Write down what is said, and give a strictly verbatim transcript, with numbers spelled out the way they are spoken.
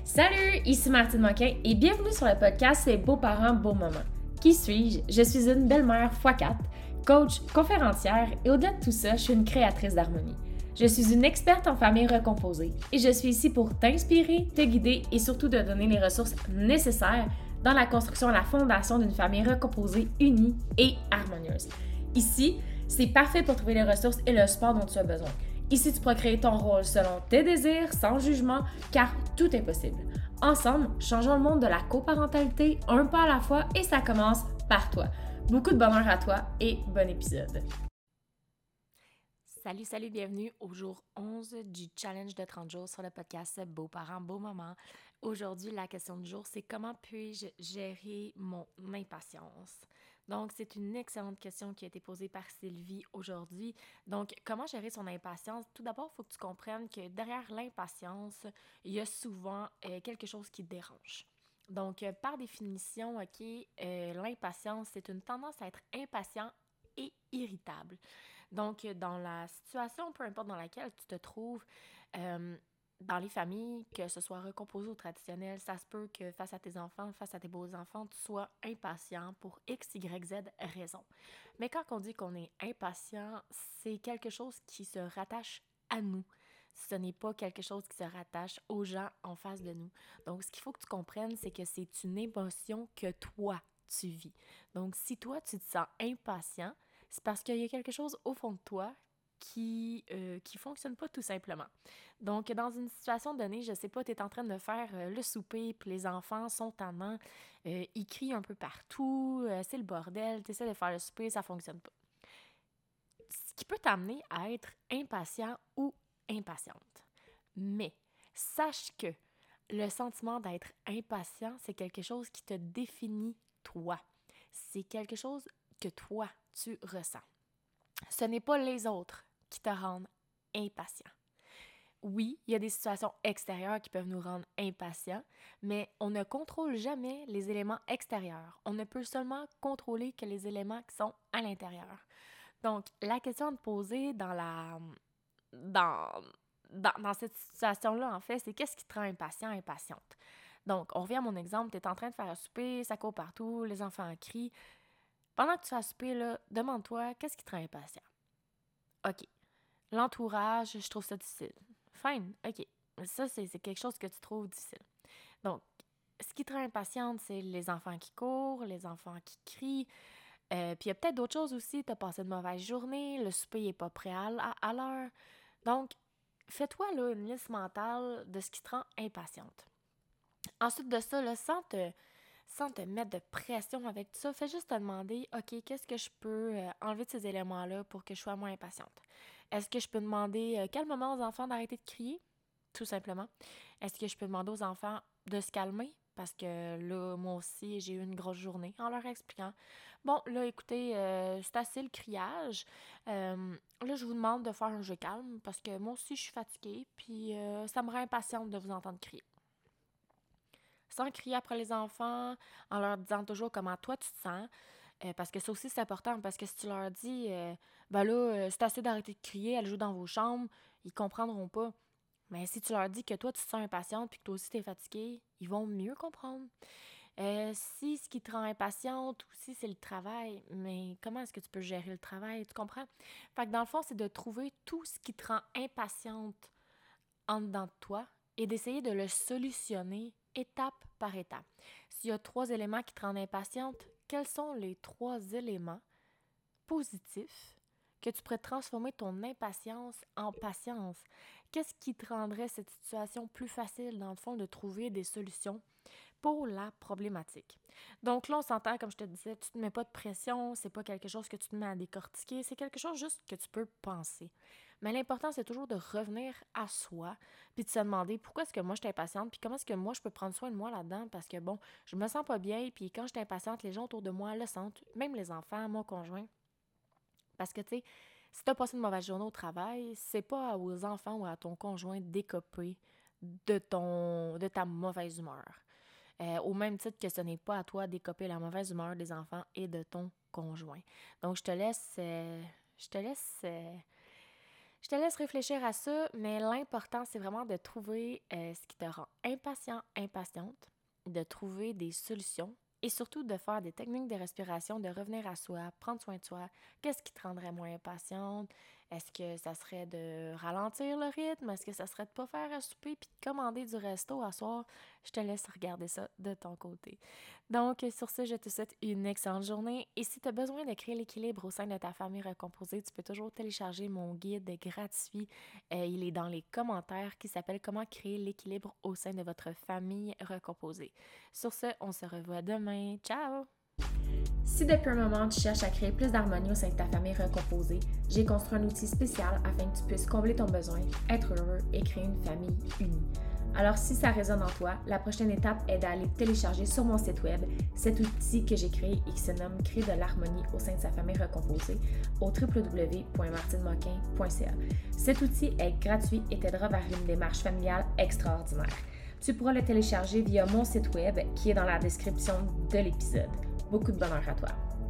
Salut, ici Martine Moquin et bienvenue sur le podcast Les beaux-parents, beaux moments. Qui suis-je? Je suis une belle-mère fois quatre, coach, conférencière et au-delà de tout ça, je suis une créatrice d'harmonie. Je suis une experte en famille recomposée et je suis ici pour t'inspirer, te guider et surtout te donner les ressources nécessaires dans la construction et la fondation d'une famille recomposée, unie et harmonieuse. Ici, c'est parfait pour trouver les ressources et le support dont tu as besoin. Ici, tu pourras créer ton rôle selon tes désirs, sans jugement, car tout est possible. Ensemble, changeons le monde de la coparentalité un pas à la fois et ça commence par toi. Beaucoup de bonheur à toi et bon épisode. Salut, salut, bienvenue au jour onze du challenge de trente jours sur le podcast Beaux-parents, beaux moments. Aujourd'hui, la question du jour, c'est comment puis-je gérer mon impatience? Donc, c'est une excellente question qui a été posée par Sylvie aujourd'hui. Donc, comment gérer son impatience? Tout d'abord, il faut que tu comprennes que derrière l'impatience, il y a souvent euh, quelque chose qui te dérange. Donc, euh, par définition, OK, euh, l'impatience, c'est une tendance à être impatient et irritable. Donc, dans la situation, peu importe dans laquelle tu te trouves, euh, dans les familles, que ce soit recomposé ou traditionnel, ça se peut que face à tes enfants, face à tes beaux-enfants, tu sois impatient pour X, Y, Z raison. Mais quand on dit qu'on est impatient, c'est quelque chose qui se rattache à nous. Ce n'est pas quelque chose qui se rattache aux gens en face de nous. Donc, ce qu'il faut que tu comprennes, c'est que c'est une émotion que toi, tu vis. Donc, si toi, tu te sens impatient, c'est parce qu'il y a quelque chose au fond de toi qui euh, qui fonctionne pas tout simplement. Donc, dans une situation donnée, je sais pas, tu es en train de faire euh, le souper, puis les enfants sont tannants, euh, ils crient un peu partout, euh, c'est le bordel, tu essaies de faire le souper, ça fonctionne pas. Ce qui peut t'amener à être impatient ou impatiente. Mais, sache que le sentiment d'être impatient, c'est quelque chose qui te définit toi. C'est quelque chose que toi, tu ressens. Ce n'est pas les autres qui te rendent impatient. Oui, il y a des situations extérieures qui peuvent nous rendre impatients, mais on ne contrôle jamais les éléments extérieurs. On ne peut seulement contrôler que les éléments qui sont à l'intérieur. Donc, la question à te poser dans la dans, dans, dans cette situation-là, en fait, c'est qu'est-ce qui te rend impatient, impatiente? Donc, on revient à mon exemple, tu es en train de faire un souper, ça court partout, les enfants crient. Pendant que tu fais un souper, là, demande-toi, qu'est-ce qui te rend impatient? OK. L'entourage, je trouve ça difficile. Fine, OK. Ça, c'est, c'est quelque chose que tu trouves difficile. Donc, ce qui te rend impatiente, c'est les enfants qui courent, les enfants qui crient. Euh, puis il y a peut-être d'autres choses aussi. Tu as passé une mauvaise journée, le souper n'est pas prêt à, à, à l'heure. Donc, fais-toi là, une liste mentale de ce qui te rend impatiente. Ensuite de ça, là, sans te, sans te mettre de pression avec tout ça, fais juste te demander, OK, qu'est-ce que je peux euh, enlever de ces éléments-là pour que je sois moins impatiente? Est-ce que je peux demander euh, quel moment aux enfants d'arrêter de crier? Tout simplement. Est-ce que je peux demander aux enfants de se calmer? Parce que là, moi aussi, j'ai eu une grosse journée en leur expliquant. Bon, là, écoutez, euh, c'est assez le criage. Euh, là, je vous demande de faire un jeu calme parce que moi aussi, je suis fatiguée. Puis euh, ça me rend impatiente de vous entendre crier. Sans crier après les enfants, en leur disant toujours comment toi tu te sens. Euh, parce que ça aussi, c'est important. Parce que si tu leur dis, euh, ben là, euh, c'est assez d'arrêter de crier, elle joue dans vos chambres, ils comprendront pas. Mais si tu leur dis que toi, tu te sens impatiente puis que toi aussi, t'es fatiguée, ils vont mieux comprendre. Euh, si ce qui te rend impatiente aussi, c'est le travail, mais comment est-ce que tu peux gérer le travail, tu comprends? Fait que dans le fond, c'est de trouver tout ce qui te rend impatiente en dedans de toi et d'essayer de le solutionner étape par étape. S'il y a trois éléments qui te rendent impatiente, quels sont les trois éléments positifs que tu pourrais transformer ton impatience en patience? Qu'est-ce qui te rendrait cette situation plus facile, dans le fond, de trouver des solutions pour la problématique? Donc là, on s'entend, comme je te disais, tu ne te mets pas de pression, c'est pas quelque chose que tu te mets à décortiquer, c'est quelque chose juste que tu peux penser. Mais l'important, c'est toujours de revenir à soi, puis de se demander pourquoi est-ce que moi je suis impatiente, puis comment est-ce que moi je peux prendre soin de moi là-dedans, parce que bon, je me sens pas bien, puis quand je suis impatiente, les gens autour de moi le sentent, même les enfants, mon conjoint. Parce que, tu sais, si tu as passé une mauvaise journée au travail, c'est pas aux enfants ou à ton conjoint d'écoper de, ton, de ta mauvaise humeur. Euh, au même titre que ce n'est pas à toi d'écoper la mauvaise humeur des enfants et de ton conjoint. Donc, je te laisse... Euh, je te laisse... Euh, Je te laisse réfléchir à ça, mais l'important, c'est vraiment de trouver euh, ce qui te rend impatient, impatiente, de trouver des solutions et surtout de faire des techniques de respiration, de revenir à soi, prendre soin de soi. Qu'est-ce qui te rendrait moins impatiente? Est-ce que ça serait de ralentir le rythme? Est-ce que ça serait de pas faire à souper puis de commander du resto à soir? Je te laisse regarder ça de ton côté. Donc, sur ce, je te souhaite une excellente journée. Et si tu as besoin de créer l'équilibre au sein de ta famille recomposée, tu peux toujours télécharger mon guide gratuit. Euh, il est dans les commentaires qui s'appelle « Comment créer l'équilibre au sein de votre famille recomposée ». Sur ce, on se revoit demain. Ciao! Si depuis un moment tu cherches à créer plus d'harmonie au sein de ta famille recomposée, j'ai construit un outil spécial afin que tu puisses combler ton besoin, être heureux et créer une famille unie. Alors si ça résonne en toi, la prochaine étape est d'aller télécharger sur mon site web cet outil que j'ai créé et qui se nomme « Créer de l'harmonie au sein de sa famille recomposée » au w w w point martine moquin point c a. Cet outil est gratuit et t'aidera vers une démarche familiale extraordinaire. Tu pourras le télécharger via mon site web qui est dans la description de l'épisode. Beaucoup de bonheur à toi!